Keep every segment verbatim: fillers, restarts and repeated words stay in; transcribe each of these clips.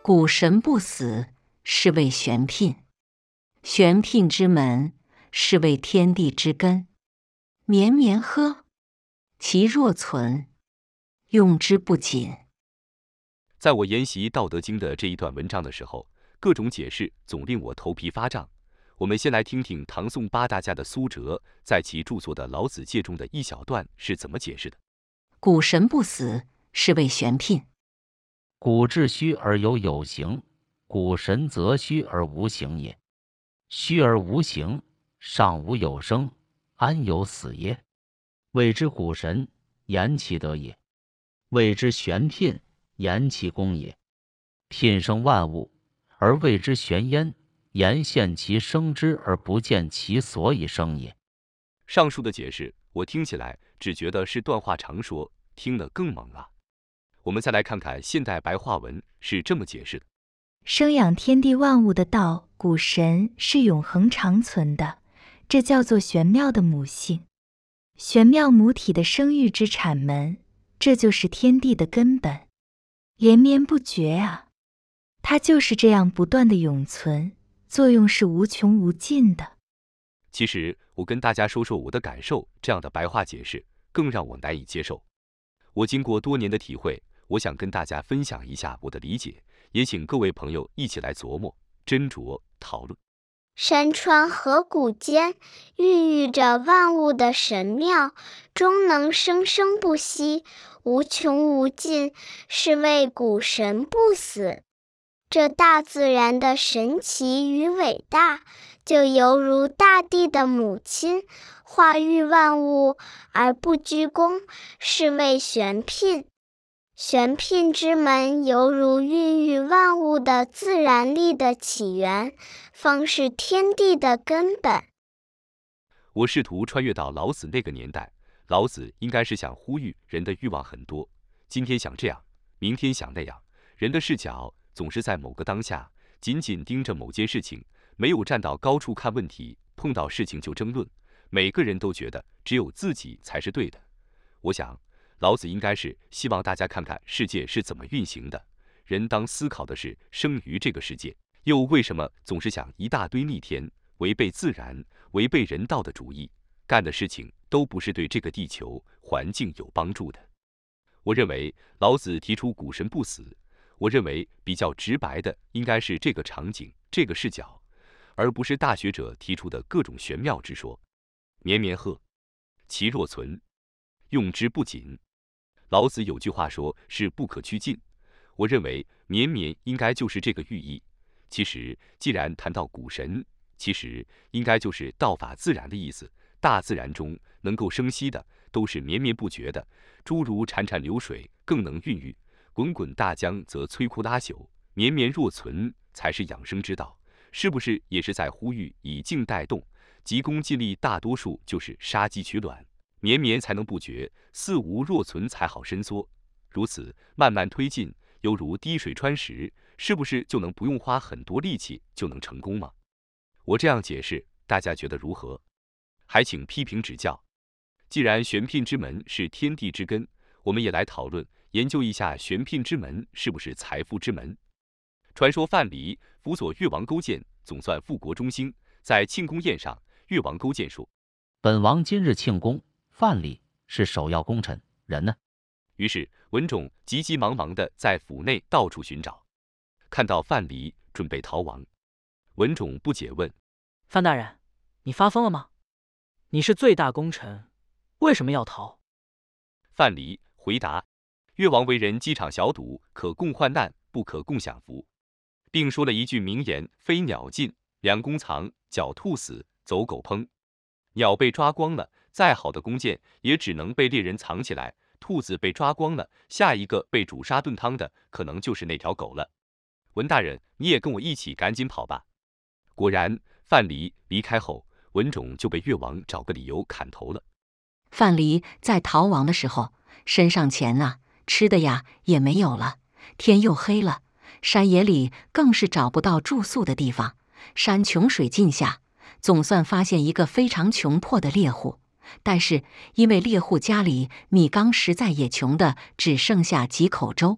古神不死，是谓玄牝。玄牝之门，是谓天地之根。绵绵呵，其若存，用之不谨。 在我研习《道德经》的这一段文章的时候，各种解释总令我头皮发胀。我们先来听听唐宋八大家的苏辙在其著作的《老子戒》中的一小段是怎么解释的。 古神不死，是谓玄牝。 古至虚而有有形，古神则虚而无形也。虚而无形，上无有生，安有死耶？谓之古神，言其德也；谓之玄牝，言其功也。牝生万物，而谓之玄焉，言现其生之而不见其所以生也。 上述的解释，我听起来只觉得是段话长说，听得更猛了。我们再来看看现代白话文是这么解释的： 生养天地万物的道，古神是永恒长存的，这叫做玄妙的母性。玄妙母体的生育之产门，这就是天地的根本，连绵不绝啊！它就是这样不断的永存，作用是无穷无尽的。 其实我跟大家说说我的感受，这样的白话解释更让我难以接受。我经过多年的体会，我想跟大家分享一下我的理解，也请各位朋友一起来琢磨、斟酌、讨论。 山川河谷间孕育着万物的神妙，终能生生不息，无穷无尽，是谓古神不死。这大自然的神奇与伟大，就犹如大地的母亲，化育万物而不居功，是谓玄牝。玄牝之门，犹如孕育万物的自然力的起源，方是天地的根本。 我试图穿越到老子那个年代，老子应该是想呼吁人的欲望很多，今天想这样，明天想那样，人的视角总是在某个当下，紧紧盯着某件事情，没有站到高处看问题，碰到事情就争论，每个人都觉得只有自己才是对的。我想老子应该是希望大家看看世界是怎么运行的，人当思考的是生于这个世界，又为什么总是想一大堆逆天、违背自然、违背人道的主意，干的事情都不是对这个地球环境有帮助的。我认为老子提出古神不死，我认为比较直白的应该是这个场景、这个视角，而不是大学者提出的各种玄妙之说。绵绵鹤，其若存，用之不谨。老子有句话说是不可趋近，我认为绵绵应该就是这个寓意。其实既然谈到古神，其实应该就是道法自然的意思，大自然中能够生息的都是绵绵不绝的，诸如潺潺流水更能孕育，滚滚大江则摧枯拉朽，绵绵若存才是养生之道。是不是也是在呼吁以静带动，急功近利大多数就是杀鸡取卵，绵绵才能不绝，似无若存才好伸缩，如此慢慢推进，犹如滴水穿石，是不是就能不用花很多力气就能成功吗？我这样解释，大家觉得如何？还请批评指教。既然玄牝之门是天地之根，我们也来讨论研究一下玄牝之门是不是财富之门。传说范蠡辅佐越王勾践，总算富国中兴，在庆功宴上，越王勾践说：“ 本王今日庆功，范蠡是首要功臣，人呢？” 于是文种急急忙忙地在府内到处寻找，看到范蠡准备逃亡，文种不解问：“ 范大人，你发疯了吗？你是最大功臣，为什么要逃？” 范蠡回答：“越王为人机场小赌，可共患难，不可共享福。”并说了一句名言：“飞鸟尽，良弓藏；狡兔死，走狗烹。”鸟被抓光了，再好的弓箭也只能被猎人藏起来；兔子被抓光了，下一个被煮杀炖汤的可能就是那条狗了。文大人，你也跟我一起赶紧跑吧。果然，范蠡离开后，文种就被越王找个理由砍头了。 范蠡在逃亡的时候，身上钱啊、吃的呀也没有了，天又黑了，山野里更是找不到住宿的地方，山穷水尽下，总算发现一个非常穷迫的猎户，但是因为猎户家里米缸实在也穷的只剩下几口粥，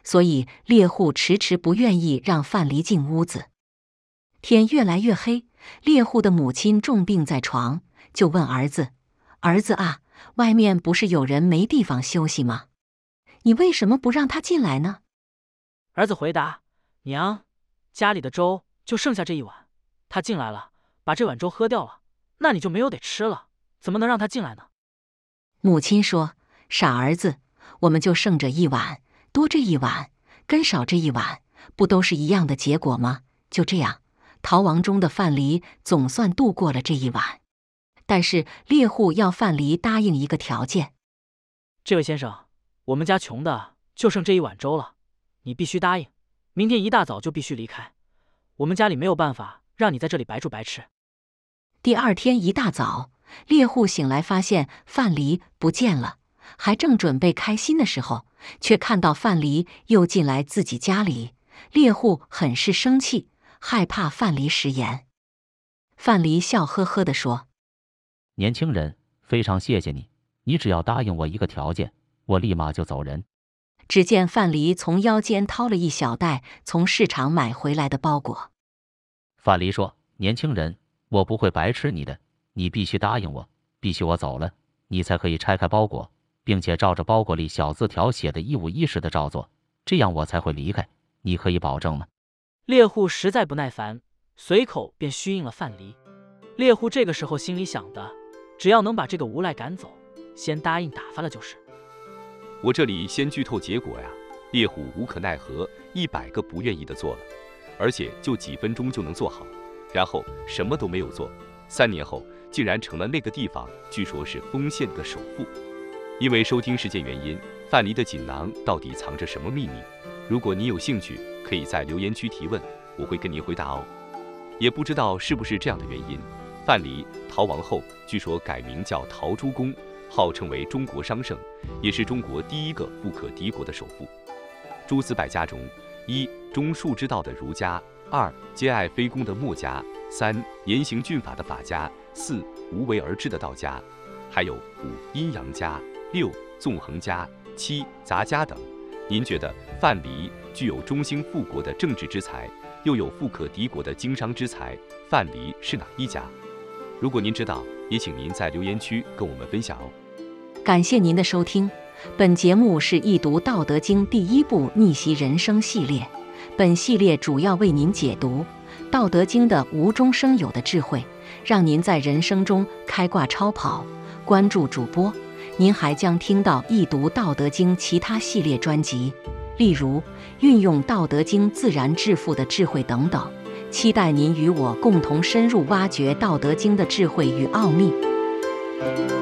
所以猎户迟迟不愿意让范蠡进屋子。天越来越黑，猎户的母亲重病在床，就问儿子：“儿子啊，外面不是有人没地方休息吗？你为什么不让他进来呢？” 儿子回答：“娘，家里的粥就剩下这一碗，他进来了，把这碗粥喝掉了，那你就没有得吃了，怎么能让他进来呢？” 母亲说：“傻儿子，我们就剩这一碗，多这一碗跟少这一碗，不都是一样的结果吗？”就这样，逃亡中的范蠡总算度过了这一晚。但是猎户要范蠡答应一个条件：“ 这位先生，我们家穷的就剩这一碗粥了，你必须答应，明天一大早就必须离开，我们家里没有办法让你在这里白住白吃。” 第二天一大早，猎户醒来发现范蠡不见了，还正准备开心的时候，却看到范蠡又进来自己家里。猎户很是生气，害怕范蠡食言。范蠡笑呵呵地说：“ 年轻人，非常谢谢你，你只要答应我一个条件，我立马就走人。” 只见范蠡从腰间掏了一小袋从市场买回来的包裹。 范蠡说：“年轻人，我不会白吃你的，你必须答应我，必须我走了，你才可以拆开包裹，并且照着包裹里小字条写的一五一十的照做，这样我才会离开，你可以保证吗？” 猎户实在不耐烦，随口便虚应了范蠡。猎户这个时候心里想的，只要能把这个无赖赶走，先答应打发了就是。 我这里先剧透结果呀，猎户无可奈何，一百个不愿意的做了，而且就几分钟就能做好，然后什么都没有做，三年后竟然成了那个地方据说是丰县的首富。因为收听事件原因，范蠡的锦囊到底藏着什么秘密？如果你有兴趣，可以在留言区提问，我会跟您回答哦。也不知道是不是这样的原因，范蠡逃亡后，据说改名叫陶朱公，号称为中国商圣，也是中国第一个富可敌国的首富。诸子百家中，一忠恕之道的儒家，二兼爱非攻的墨家，三严刑峻法的法家，四无为而治的道家，还有五阴阳家，六纵横家，七杂家等。您觉得范蠡具有中兴复国的政治之才，又有富可敌国的经商之才，范蠡是哪一家？如果您知道，也请您在留言区跟我们分享哦。 感谢您的收听，本节目是易读《道德经》第一部逆袭人生系列，本系列主要为您解读《道德经》的无中生有的智慧，让您在人生中开挂超跑。关注主播，您还将听到易读《道德经》其他系列专辑，例如运用《道德经》自然致富的智慧等等。期待您与我共同深入挖掘《道德经》的智慧与奥秘。